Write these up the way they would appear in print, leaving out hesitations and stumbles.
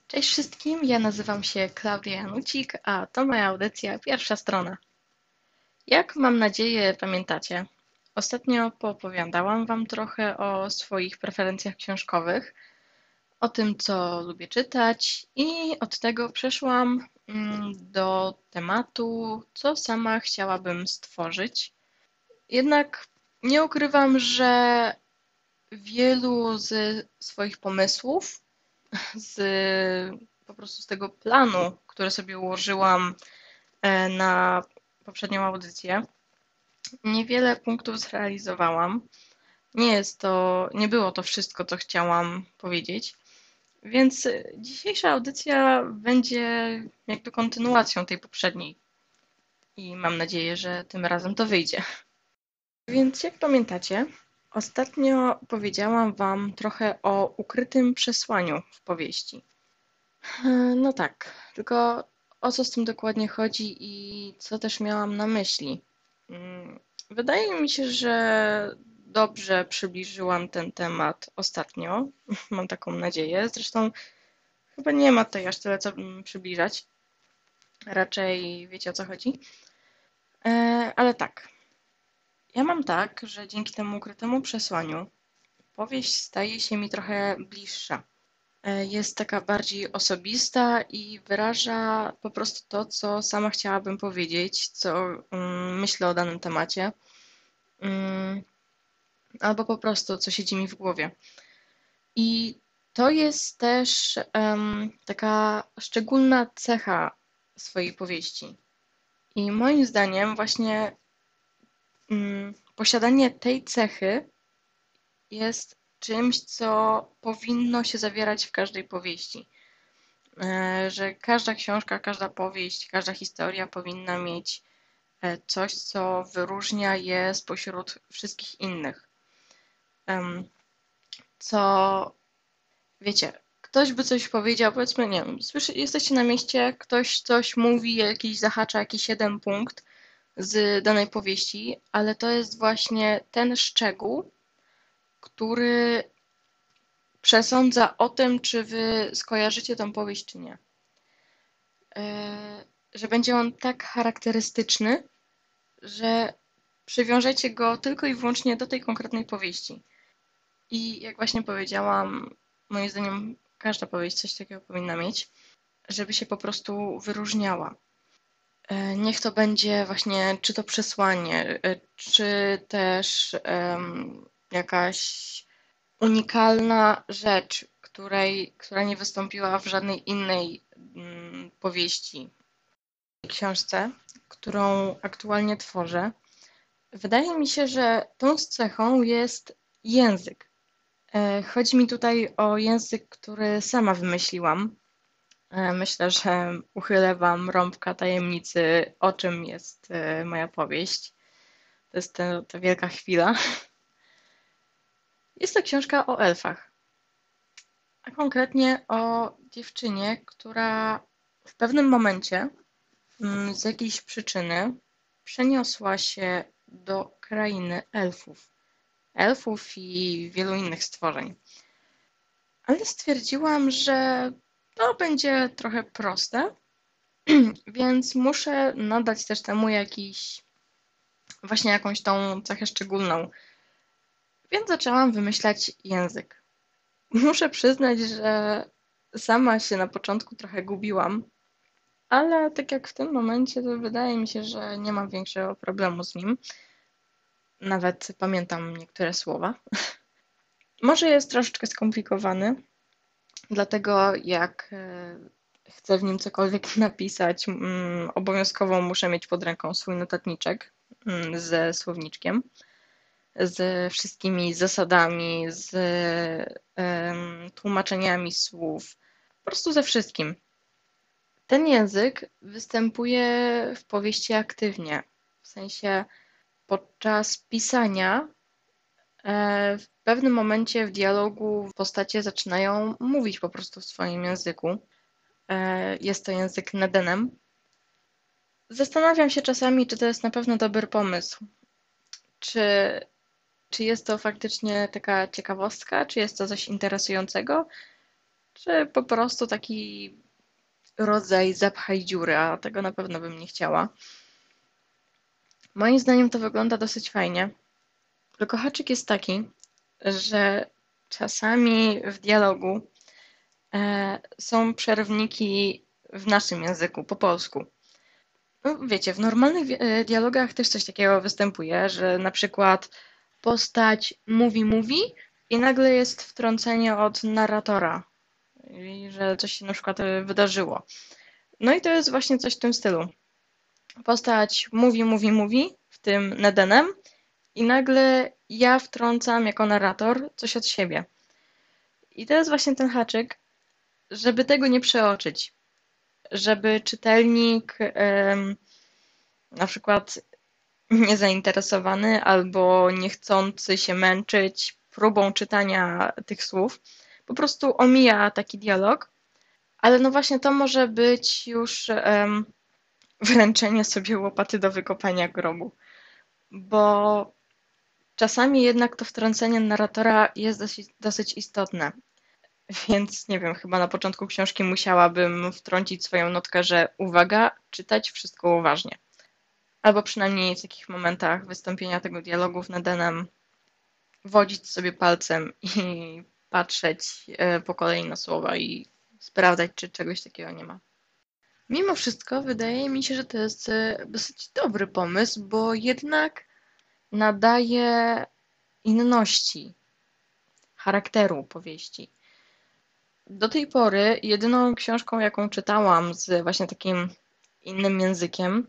Cześć wszystkim, ja nazywam się Klaudia Janucik, a to moja audycja Pierwsza Strona. Jak mam nadzieję pamiętacie, ostatnio poopowiadałam Wam trochę o swoich preferencjach książkowych, o tym, co lubię czytać i od tego przeszłam do tematu, co sama chciałabym stworzyć. Jednak nie ukrywam, że wielu z swoich pomysłów z po prostu z tego planu, który sobie ułożyłam na poprzednią audycję. Niewiele punktów zrealizowałam. Nie było to wszystko, co chciałam powiedzieć, więc dzisiejsza audycja będzie jakby kontynuacją tej poprzedniej i mam nadzieję, że tym razem to wyjdzie. Więc jak pamiętacie, ostatnio powiedziałam Wam trochę o ukrytym przesłaniu w powieści. No tak, tylko o co z tym dokładnie chodzi i co też miałam na myśli? Wydaje mi się, że dobrze przybliżyłam ten temat ostatnio. Mam taką nadzieję. Zresztą chyba nie ma tutaj aż tyle co przybliżać. Raczej wiecie o co chodzi. Ale tak, ja mam tak, że dzięki temu ukrytemu przesłaniu powieść staje się mi trochę bliższa. Jest taka bardziej osobista i wyraża po prostu to, co sama chciałabym powiedzieć, co myślę o danym temacie, mm, albo po prostu co siedzi mi w głowie. I to jest też taka szczególna cecha swojej powieści. I moim zdaniem właśnie posiadanie tej cechy jest czymś, co powinno się zawierać w każdej powieści. Że każda książka, każda powieść, każda historia powinna mieć coś, co wyróżnia je spośród wszystkich innych. Co, wiecie, ktoś by coś powiedział, powiedzmy, nie wiem, jesteście na mieście, ktoś coś mówi, zahacza jakiś jeden punkt z danej powieści, ale to jest właśnie ten szczegół, który przesądza o tym, czy wy skojarzycie tą powieść, czy nie. Że będzie on tak charakterystyczny, że przywiążecie go tylko i wyłącznie do tej konkretnej powieści. I jak właśnie powiedziałam, moim zdaniem każda powieść coś takiego powinna mieć, żeby się po prostu wyróżniała. Niech to będzie właśnie czy to przesłanie, czy też jakaś unikalna rzecz, która nie wystąpiła w żadnej innej powieści, książce, którą aktualnie tworzę. Wydaje mi się, że tą cechą jest język. Chodzi mi tutaj o język, który sama wymyśliłam. Myślę, że uchylę Wam rąbka tajemnicy, o czym jest moja powieść. To jest ta wielka chwila. Jest to książka o elfach, a konkretnie o dziewczynie, która w pewnym momencie z jakiejś przyczyny przeniosła się do krainy elfów. Elfów i wielu innych stworzeń. Ale stwierdziłam, że to będzie trochę proste, więc muszę nadać też temu właśnie jakąś tą cechę szczególną. Więc zaczęłam wymyślać język. Muszę przyznać, że sama się na początku trochę gubiłam, ale tak jak w tym momencie, to wydaje mi się, że nie mam większego problemu z nim. Nawet pamiętam niektóre słowa. Może jest troszeczkę skomplikowany, dlatego jak chcę w nim cokolwiek napisać, obowiązkowo muszę mieć pod ręką swój notatniczek ze słowniczkiem, z wszystkimi zasadami, z tłumaczeniami słów, po prostu ze wszystkim. Ten język występuje w powieści aktywnie, w sensie podczas pisania w pewnym momencie w dialogu postacie zaczynają mówić po prostu w swoim języku. Jest to język Nedenem. Zastanawiam się czasami, czy to jest na pewno dobry pomysł. Czy, czy jest to faktycznie taka ciekawostka, czy jest to coś interesującego, czy po prostu taki rodzaj zapchaj dziury, a tego na pewno bym nie chciała. Moim zdaniem to wygląda dosyć fajnie, tylko haczyk jest taki, że czasami w dialogu są przerwniki w naszym języku, po polsku. No, wiecie, w normalnych dialogach też coś takiego występuje, że na przykład postać mówi i nagle jest wtrącenie od narratora, i że coś się na przykład wydarzyło. No i to jest właśnie coś w tym stylu. Postać mówi, w tym Nedenem, i nagle ja wtrącam jako narrator coś od siebie. I to jest właśnie ten haczyk, żeby tego nie przeoczyć, żeby czytelnik na przykład niezainteresowany albo niechcący się męczyć próbą czytania tych słów, po prostu omija taki dialog, ale no właśnie to może być już wręczenie sobie łopaty do wykopania grobu, bo czasami jednak to wtrącenie narratora jest dosyć istotne. Więc nie wiem, chyba na początku książki musiałabym wtrącić swoją notkę, że uwaga, czytać wszystko uważnie. Albo przynajmniej w takich momentach wystąpienia tego dialogu z Nedenem wodzić sobie palcem i patrzeć po kolei na słowa i sprawdzać, czy czegoś takiego nie ma. Mimo wszystko wydaje mi się, że to jest dosyć dobry pomysł, bo jednak nadaje inności, charakteru powieści. Do tej pory jedyną książką, jaką czytałam z właśnie takim innym językiem,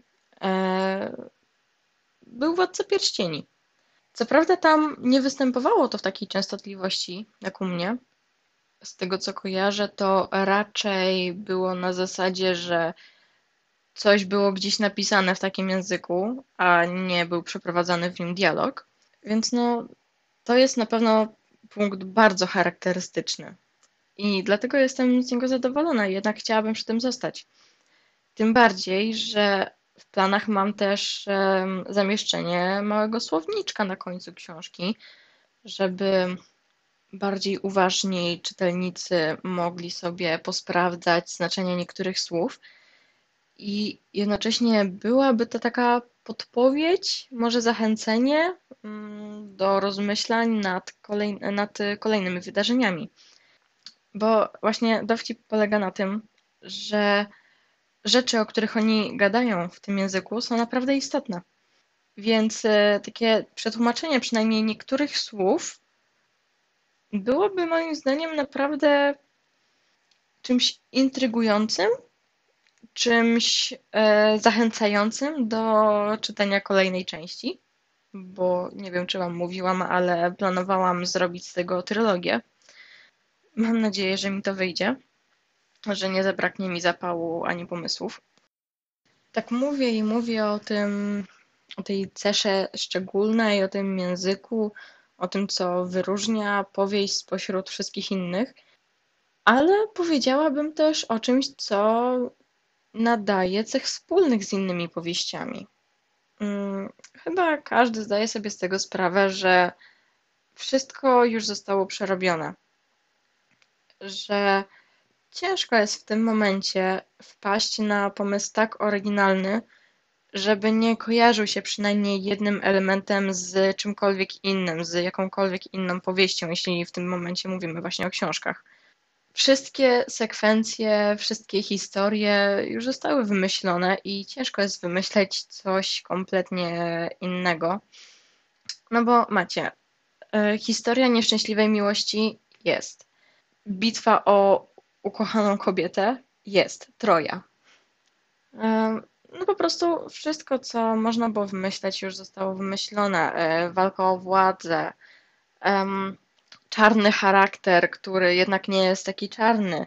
był Władca Pierścieni. Co prawda tam nie występowało to w takiej częstotliwości jak u mnie. Z tego co kojarzę, to raczej było na zasadzie, że coś było gdzieś napisane w takim języku, a nie był przeprowadzany w nim dialog. Więc no, to jest na pewno punkt bardzo charakterystyczny. I dlatego jestem z niego zadowolona, jednak chciałabym przy tym zostać. Tym bardziej, że w planach mam też zamieszczenie małego słowniczka na końcu książki, żeby bardziej uważniej czytelnicy mogli sobie posprawdzać znaczenie niektórych słów i jednocześnie byłaby to taka podpowiedź, może zachęcenie do rozmyślań nad kolejnymi wydarzeniami. Bo właśnie dowcip polega na tym, że rzeczy, o których oni gadają w tym języku, są naprawdę istotne. Więc takie przetłumaczenie przynajmniej niektórych słów byłoby moim zdaniem naprawdę czymś intrygującym, czymś zachęcającym do czytania kolejnej części, bo nie wiem, czy Wam mówiłam, ale planowałam zrobić z tego trylogię. Mam nadzieję, że mi to wyjdzie, że nie zabraknie mi zapału ani pomysłów. Tak mówię i mówię o tym, o tej cesze szczególnej, o tym języku, o tym, co wyróżnia powieść spośród wszystkich innych, ale powiedziałabym też o czymś, co nadaje cech wspólnych z innymi powieściami. Chyba każdy zdaje sobie z tego sprawę, że wszystko już zostało przerobione, że ciężko jest w tym momencie wpaść na pomysł tak oryginalny, żeby nie kojarzył się przynajmniej jednym elementem z czymkolwiek innym, z jakąkolwiek inną powieścią, jeśli w tym momencie mówimy właśnie o książkach. Wszystkie sekwencje, wszystkie historie już zostały wymyślone i ciężko jest wymyśleć coś kompletnie innego. No bo macie, historia nieszczęśliwej miłości jest. Bitwa o ukochaną kobietę jest. Troja. No po prostu wszystko, co można było wymyśleć, już zostało wymyślone. Walka o władzę, czarny charakter, który jednak nie jest taki czarny,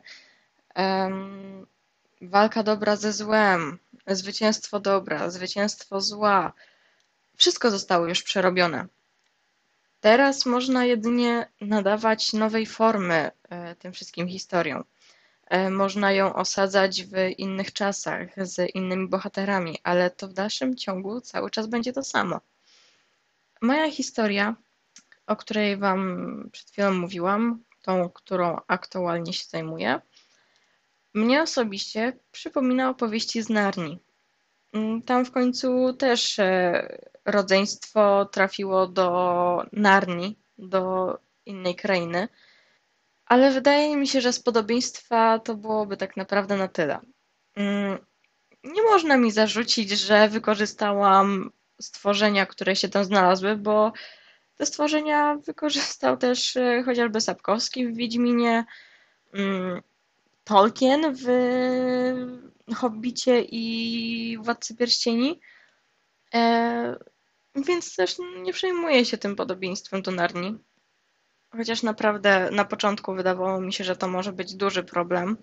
walka dobra ze złem, zwycięstwo dobra, zwycięstwo zła. Wszystko zostało już przerobione. Teraz można jedynie nadawać nowej formy tym wszystkim historiom. Można ją osadzać w innych czasach, z innymi bohaterami, ale to w dalszym ciągu cały czas będzie to samo. Moja historia, o której Wam przed chwilą mówiłam, tą, którą aktualnie się zajmuję, mnie osobiście przypomina opowieści z Narni. Tam w końcu też rodzeństwo trafiło do Narni, do innej krainy, ale wydaje mi się, że z podobieństwa to byłoby tak naprawdę na tyle. Mm, Nie można mi zarzucić, że wykorzystałam stworzenia, które się tam znalazły, bo te stworzenia wykorzystał też chociażby Sapkowski w Wiedźminie, mm, Tolkien w Hobbicie i Władcy Pierścieni, e, więc też nie przejmuję się tym podobieństwem do Narni. Chociaż naprawdę na początku wydawało mi się, że to może być duży problem.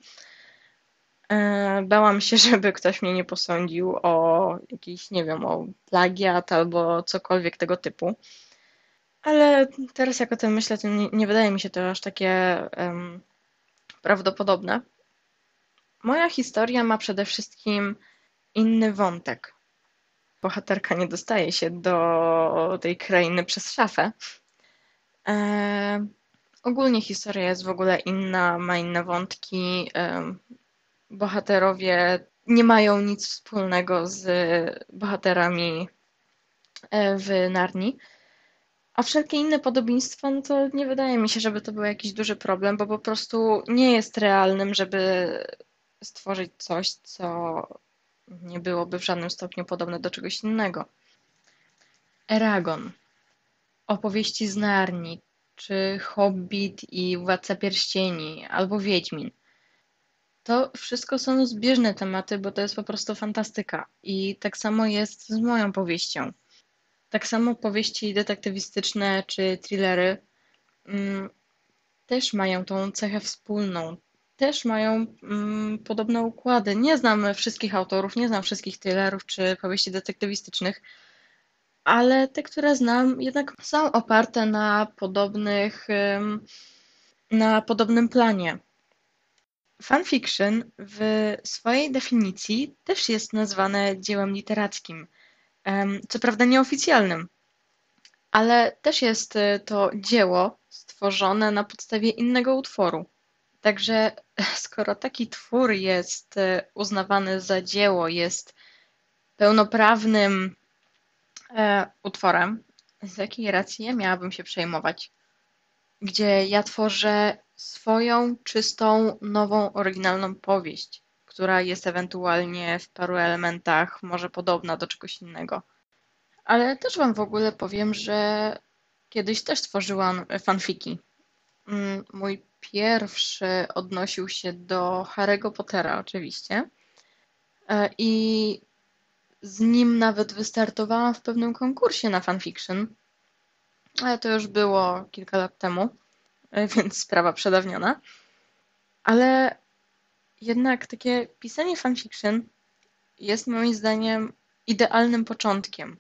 Bałam się, żeby ktoś mnie nie posądził o jakiś, nie wiem, o plagiat albo cokolwiek tego typu. Ale teraz jak o tym myślę, to nie wydaje mi się to aż takie prawdopodobne. Moja historia ma przede wszystkim inny wątek. Bohaterka nie dostaje się do tej krainy przez szafę. E, Ogólnie historia jest w ogóle inna, ma inne wątki. Bohaterowie nie mają nic wspólnego z bohaterami w Narni. A wszelkie inne podobieństwa, no to nie wydaje mi się, żeby to był jakiś duży problem, bo po prostu nie jest realnym, żeby stworzyć coś, co nie byłoby w żadnym stopniu podobne do czegoś innego. Eragon, opowieści z Narni, czy Hobbit i Władca Pierścieni, albo Wiedźmin. To wszystko są zbieżne tematy, bo to jest po prostu fantastyka. I tak samo jest z moją powieścią. Tak samo powieści detektywistyczne czy thrillery mm, też mają tą cechę wspólną. Też mają podobne układy. Nie znam wszystkich autorów, nie znam wszystkich thrillerów czy powieści detektywistycznych, ale te, które znam, jednak są oparte na na podobnym planie. Fanfiction w swojej definicji też jest nazwane dziełem literackim. Co prawda nieoficjalnym, ale też jest to dzieło stworzone na podstawie innego utworu. Także skoro taki twór jest uznawany za dzieło, jest pełnoprawnym utworem, z jakiej racji ja miałabym się przejmować? Gdzie ja tworzę swoją, czystą, nową, oryginalną powieść, która jest ewentualnie w paru elementach może podobna do czegoś innego. Ale też wam w ogóle powiem, że kiedyś też tworzyłam fanfiki. Mój pierwszy odnosił się do Harry'ego Pottera oczywiście. I z nim nawet wystartowałam w pewnym konkursie na fanfiction, ale to już było kilka lat temu, więc sprawa przedawniona. Ale jednak takie pisanie fanfiction jest moim zdaniem idealnym początkiem.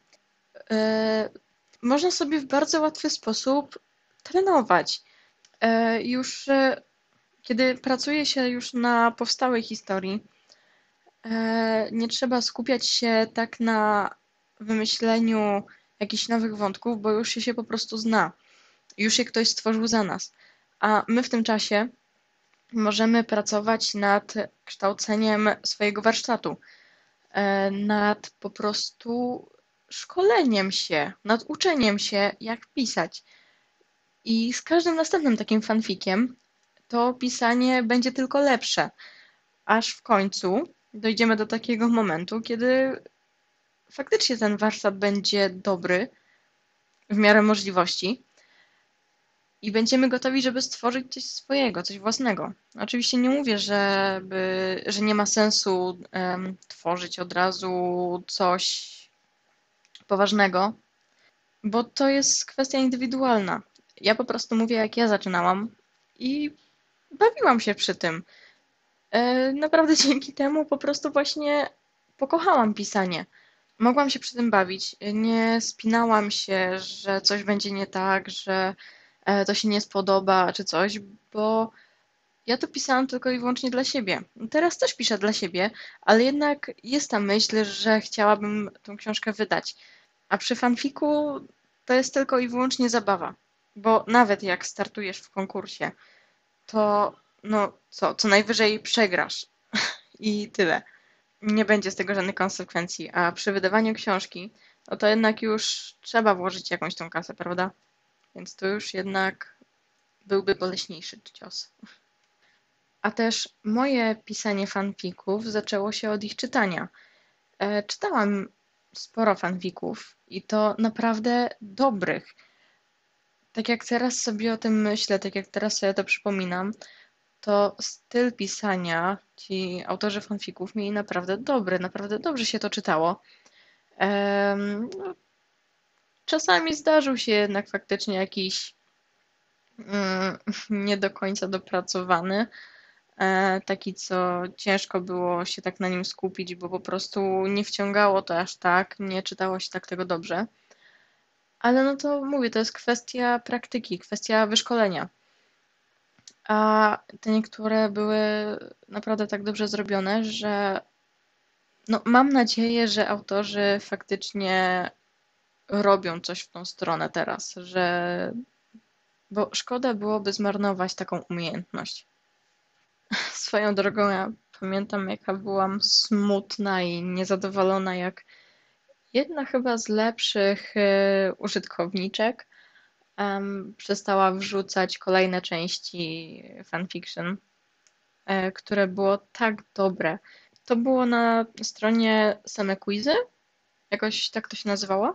Można sobie w bardzo łatwy sposób trenować. Już kiedy pracuje się już na powstałej historii, nie trzeba skupiać się tak na wymyśleniu jakichś nowych wątków, bo już się po prostu zna. Już je ktoś stworzył za nas. A my w tym czasie możemy pracować nad kształceniem swojego warsztatu, nad po prostu szkoleniem się, nad uczeniem się, jak pisać. I z każdym następnym takim fanfikiem to pisanie będzie tylko lepsze, aż w końcu dojdziemy do takiego momentu, kiedy faktycznie ten warsztat będzie dobry w miarę możliwości i będziemy gotowi, żeby stworzyć coś swojego, coś własnego. Oczywiście nie mówię, że nie ma sensu tworzyć od razu coś poważnego, bo to jest kwestia indywidualna. Ja po prostu mówię, jak ja zaczynałam i bawiłam się przy tym. Naprawdę dzięki temu po prostu właśnie pokochałam pisanie. Mogłam się przy tym bawić. Nie spinałam się, że coś będzie nie tak, że to się nie spodoba czy coś, bo ja to pisałam tylko i wyłącznie dla siebie. Teraz też piszę dla siebie, ale jednak jest ta myśl, że chciałabym tą książkę wydać. A przy fanfiku to jest tylko i wyłącznie zabawa. Bo nawet jak startujesz w konkursie, to no co najwyżej przegrasz i tyle. Nie będzie z tego żadnych konsekwencji, a przy wydawaniu książki, no to jednak już trzeba włożyć jakąś tą kasę, prawda? Więc to już jednak byłby boleśniejszy cios. A też moje pisanie fanfików zaczęło się od ich czytania. Czytałam sporo fanfików i to naprawdę dobrych. Tak jak teraz sobie o tym myślę, tak jak teraz sobie to przypominam, to styl pisania ci autorzy fanfików mieli naprawdę dobry, naprawdę dobrze się to czytało. No, czasami zdarzył się jednak faktycznie jakiś nie do końca dopracowany, taki, co ciężko było się tak na nim skupić, bo po prostu nie wciągało to aż tak, nie czytało się tak tego dobrze. Ale no to mówię, to jest kwestia praktyki, kwestia wyszkolenia. A te niektóre były naprawdę tak dobrze zrobione, że no, mam nadzieję, że autorzy faktycznie robią coś w tą stronę teraz, że bo szkoda byłoby zmarnować taką umiejętność. Swoją drogą ja pamiętam, jaka byłam smutna i niezadowolona, jak jedna chyba z lepszych użytkowniczek przestała wrzucać kolejne części fanfiction, które było tak dobre. To było na stronie Same Quizy, jakoś tak to się nazywało.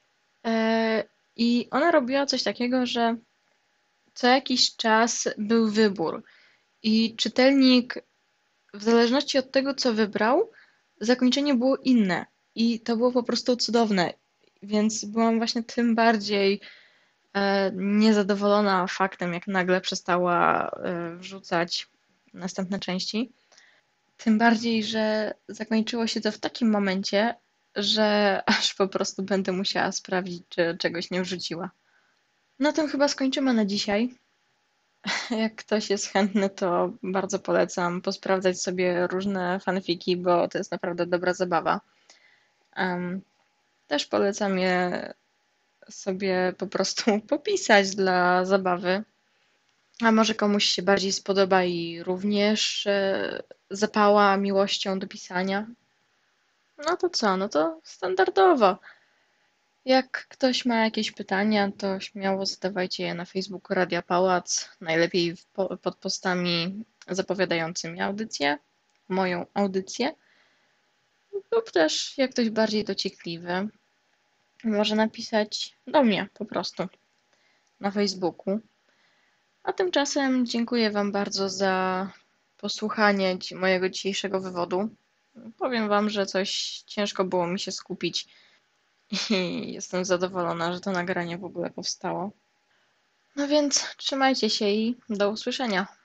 I ona robiła coś takiego, że co jakiś czas był wybór i czytelnik w zależności od tego, co wybrał, zakończenie było inne i to było po prostu cudowne. Więc byłam właśnie tym bardziej niezadowolona faktem, jak nagle przestała wrzucać następne części. Tym bardziej, że zakończyło się to w takim momencie, że aż po prostu będę musiała sprawdzić, czy czegoś nie wrzuciła. Na tym chyba skończymy na dzisiaj. Jak ktoś jest chętny, to bardzo polecam posprawdzać sobie różne fanfiki, bo to jest naprawdę dobra zabawa. Em, Też polecam je sobie po prostu popisać dla zabawy. A może komuś się bardziej spodoba i również zapała miłością do pisania? No to co? No to standardowo. Jak ktoś ma jakieś pytania, to śmiało zadawajcie je na Facebooku Radia Pałac, najlepiej pod postami zapowiadającymi audycję, moją audycję, lub też jak ktoś bardziej dociekliwy, może napisać do mnie po prostu na Facebooku. A tymczasem dziękuję Wam bardzo za posłuchanie mojego dzisiejszego wywodu. Powiem Wam, że coś ciężko było mi się skupić i jestem zadowolona, że to nagranie w ogóle powstało. No więc trzymajcie się i do usłyszenia.